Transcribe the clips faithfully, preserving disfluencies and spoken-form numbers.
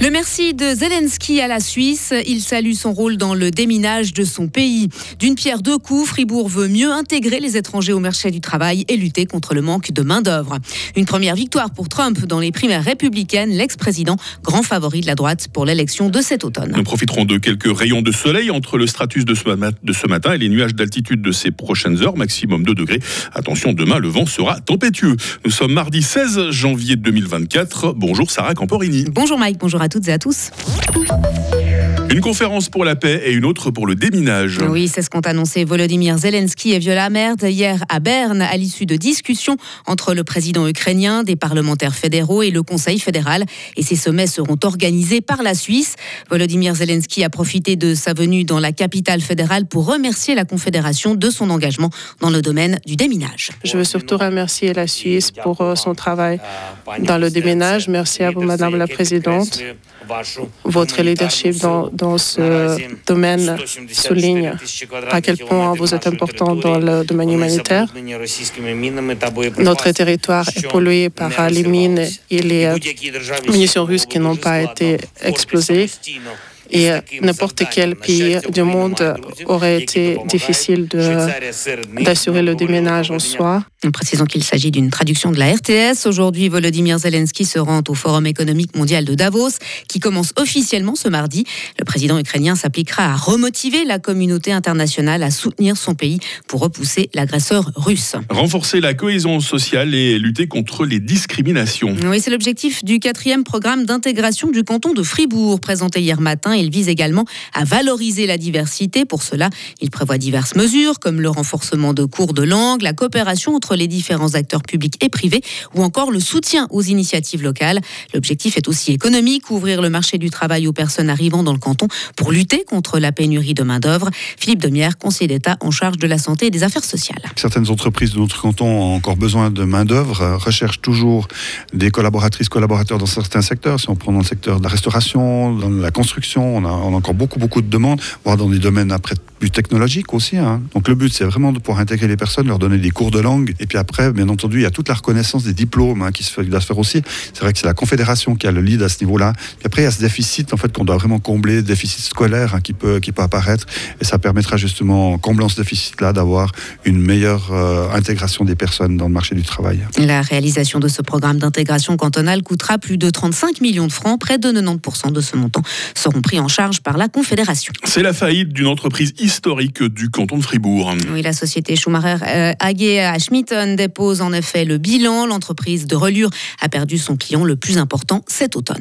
Le merci de Zelensky à la Suisse. Il salue son rôle dans le déminage de son pays. D'une pierre deux coups, Fribourg veut mieux intégrer les étrangers au marché du travail et lutter contre le manque de main-d'œuvre. Une première victoire pour Trump dans les primaires républicaines, l'ex-président, grand favori de la droite pour l'élection de cet automne. Nous profiterons de quelques rayons de soleil entre le stratus de ce matin et les nuages d'altitude de ces prochaines heures, maximum deux degrés. Attention, demain, le vent sera tempétueux. Nous sommes mardi seize janvier deux mille vingt-quatre. Bonjour Sarah Camporini. Bonjour Mike, bonjour à toutes et à tous. Une conférence pour la paix et une autre pour le déminage. Oui, c'est ce qu'ont annoncé Volodymyr Zelensky et Viola Amerd hier à Berne à l'issue de discussions entre le président ukrainien, des parlementaires fédéraux et le Conseil fédéral. Et ces sommets seront organisés par la Suisse. Volodymyr Zelensky a profité de sa venue dans la capitale fédérale pour remercier la Confédération de son engagement dans le domaine du déminage. Je veux surtout remercier la Suisse pour son travail dans le déminage. Merci à vous, Madame la Présidente. Votre leadership dans, dans ce domaine souligne à quel point vous êtes important dans le domaine humanitaire. Notre territoire est pollué par les mines et les munitions russes qui n'ont pas été explosées. Et n'importe quel pays du monde aurait été difficile de, d'assurer le déménage en soi. Précisons qu'il s'agit d'une traduction de la R T S. Aujourd'hui, Volodymyr Zelensky se rend au Forum économique mondial de Davos, qui commence officiellement ce mardi. Le président ukrainien s'appliquera à remotiver la communauté internationale à soutenir son pays pour repousser l'agresseur russe. Renforcer la cohésion sociale et lutter contre les discriminations. Oui, c'est l'objectif du quatrième programme d'intégration du canton de Fribourg, présenté hier matin. Il vise également à valoriser la diversité. Pour cela, il prévoit diverses mesures, comme le renforcement de cours de langue, la coopération entre les différents acteurs publics et privés, ou encore le soutien aux initiatives locales. L'objectif est aussi économique, ouvrir le marché du travail aux personnes arrivant dans le canton pour lutter contre la pénurie de main-d'œuvre. Philippe Demierre, conseiller d'État en charge de la santé et des affaires sociales. Certaines entreprises de notre canton ont encore besoin de main-d'œuvre, recherchent toujours des collaboratrices, collaborateurs dans certains secteurs. Si on prend dans le secteur de la restauration, dans la construction, on a, on a encore beaucoup, beaucoup de demandes, voire dans des domaines après plus technologiques aussi. Hein. Donc le but, c'est vraiment de pouvoir intégrer les personnes, leur donner des cours de langue. Et puis après, bien entendu, il y a toute la reconnaissance des diplômes hein, qui, se fait, qui doit se faire aussi. C'est vrai que c'est la Confédération qui a le lead à ce niveau-là. Puis après, il y a ce déficit en fait, qu'on doit vraiment combler, déficit scolaire hein, qui, peut, qui peut apparaître. Et ça permettra justement, en comblant ce déficit-là, d'avoir une meilleure euh, intégration des personnes dans le marché du travail. La réalisation de ce programme d'intégration cantonale coûtera plus de trente-cinq millions de francs. Près de quatre-vingt-dix pour cent de ce montant seront pris en charge par la Confédération. C'est la faillite d'une entreprise historique du canton de Fribourg. Oui, la société Schumacher euh, A G à Schmitten dépose en effet le bilan. L'entreprise de relure a perdu son client le plus important cet automne.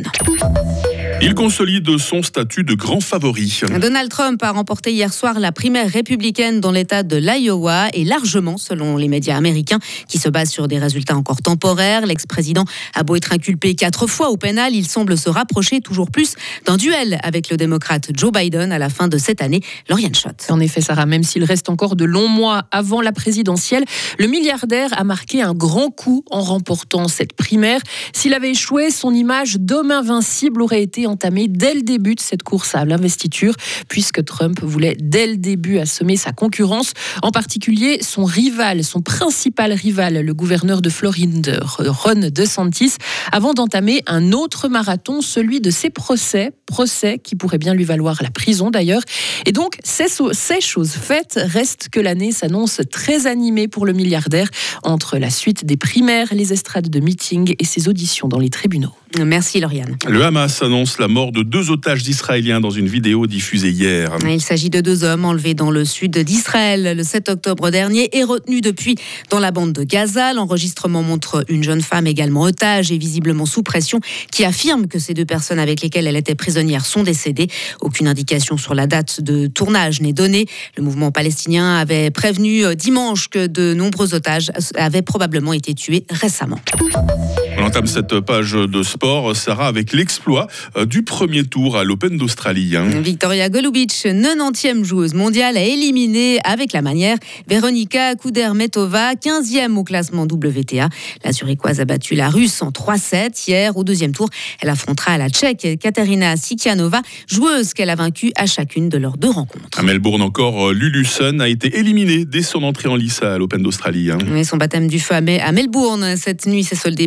Il consolide son statut de grand favori. Donald Trump a remporté hier soir la primaire républicaine dans l'État de l'Iowa et largement, selon les médias américains, qui se basent sur des résultats encore temporaires. L'ex-président a beau être inculpé quatre fois au pénal, il semble se rapprocher toujours plus d'un duel avec le démocrate Joe Biden à la fin de cette année. Lauriane Schott. En effet, Sarah, même s'il reste encore de longs mois avant la présidentielle, le milliardaire a marqué un grand coup en remportant cette primaire. S'il avait échoué, son image d'homme invincible aurait été entamée dès le début de cette course à l'investiture, puisque Trump voulait dès le début assommer sa concurrence, en particulier son rival, son principal rival, le gouverneur de Floride, Ron DeSantis, avant d'entamer un autre marathon, celui de ses procès, procès qui pourrait bien lui valoir la prison d'ailleurs. Et donc, ces, ces choses faites, reste que l'année s'annonce très animée pour le milliardaire, entre la suite des primaires, les estrades de meetings et ses auditions dans les tribunaux. Merci Lauriane. Le Hamas annonce la mort de deux otages israéliens dans une vidéo diffusée hier. Il s'agit de deux hommes enlevés dans le sud d'Israël le sept octobre dernier et retenus depuis dans la bande de Gaza. L'enregistrement montre une jeune femme également otage et visiblement sous pression qui affirme que ces deux personnes avec lesquelles elle était prisonnière sont décédées. Aucune indication sur la date de tournage n'est donnée. Le mouvement palestinien avait prévenu dimanche que de nombreux otages avaient probablement été tués récemment. On entame cette page de sport, Sarah, avec l'exploit du premier tour à l'Open d'Australie. Victoria Golubic, quatre-vingtième joueuse mondiale, a éliminé avec la manière Veronika Kudermetova, quinzième au classement W T A. La Zurichoise a battu la Russe en trois sept hier. Au deuxième tour, elle affrontera la Tchèque Katerina Sikianova, joueuse qu'elle a vaincue à chacune de leurs deux rencontres. À Melbourne encore, Lulu Sun a été éliminée dès son entrée en lice à l'Open d'Australie. Mais son baptême du feu à Melbourne cette nuit s'est soldé par une défaite.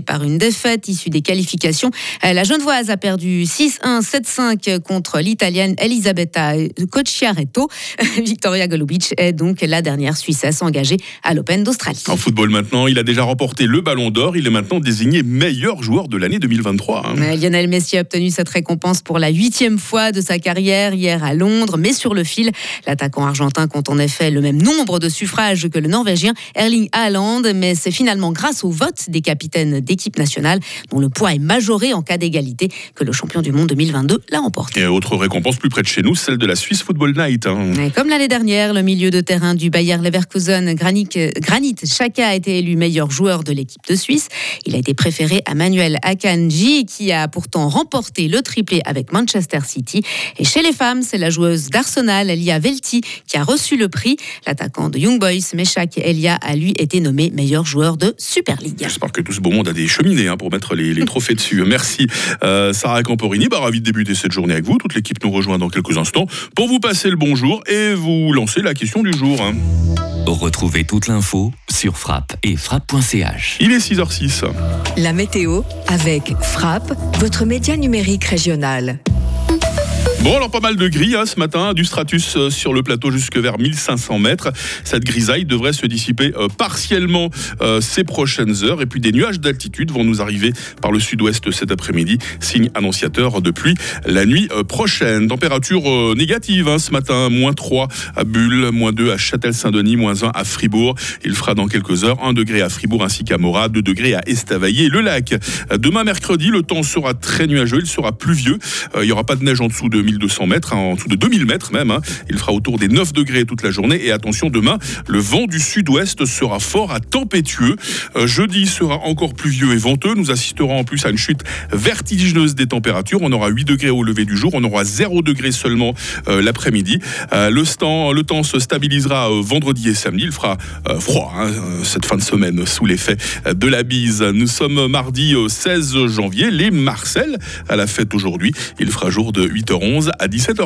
défaite issue des qualifications. La Genevoise a perdu six un, sept cinq contre l'Italienne Elisabetta Cocciaretto. Victoria Golubic est donc la dernière Suissesse engagée à l'Open d'Australie. En football maintenant, il a déjà remporté le Ballon d'Or. Il est maintenant désigné meilleur joueur de l'année deux mille vingt-trois. Hein. Lionel Messi a obtenu cette récompense pour la huitième fois de sa carrière hier à Londres, mais sur le fil, l'attaquant argentin compte en effet le même nombre de suffrages que le Norvégien Erling Haaland, mais c'est finalement grâce au vote des capitaines d'équipe nationale, dont le poids est majoré en cas d'égalité, que le champion du monde deux mille vingt-deux l'a remporté. Et autre récompense plus près de chez nous, celle de la Swiss Football Night. Hein. Et comme l'année dernière, le milieu de terrain du Bayer Leverkusen, Granit, Granit Xhaka, a été élu meilleur joueur de l'équipe de Suisse. Il a été préféré à Manuel Akanji, qui a pourtant remporté le triplé avec Manchester City. Et chez les femmes, c'est la joueuse d'Arsenal, Lia Velti, qui a reçu le prix. L'attaquant de Young Boys, Meshak Elia, a lui été nommé meilleur joueur de Super League. J'espère que tout ce beau monde a des cheminées hein, pour mettre les, les trophées dessus. Merci euh, Sarah Camporini. Bah, ravi de débuter cette journée avec vous. Toute l'équipe nous rejoint dans quelques instants pour vous passer le bonjour et vous lancer la question du jour. Hein. Retrouvez toute l'info sur Frappe et frappe point c h. Il est six heures six. La météo avec Frappe, votre média numérique régional. Bon, alors pas mal de gris hein, ce matin, du stratus euh, sur le plateau jusque vers mille cinq cents mètres. Cette grisaille devrait se dissiper euh, partiellement euh, ces prochaines heures. Et puis des nuages d'altitude vont nous arriver par le sud-ouest cet après-midi, signe annonciateur de pluie la nuit euh, prochaine. Température euh, négative hein, ce matin, moins trois à Bulle, moins deux à Châtel-Saint-Denis, moins un à Fribourg. Il fera dans quelques heures un degré à Fribourg ainsi qu'à Morat, deux degrés à Estavayer-le-Lac. Demain mercredi, le temps sera très nuageux, il sera pluvieux. Euh, il n'y aura pas de neige en dessous de mille deux cents mètres, hein, en dessous de deux mille mètres même. Hein. Il fera autour des neuf degrés toute la journée. Et attention, demain, le vent du sud-ouest sera fort à tempétueux. Euh, jeudi sera encore pluvieux et venteux. Nous assisterons en plus à une chute vertigineuse des températures. On aura huit degrés au lever du jour. On aura zéro degré seulement euh, l'après-midi. Euh, le, temps, le temps se stabilisera euh, vendredi et samedi. Il fera euh, froid hein, cette fin de semaine sous l'effet de la bise. Nous sommes mardi euh, seize janvier. Les Marcel à la fête aujourd'hui. Il fera jour de huit heures onze à dix-sept heures.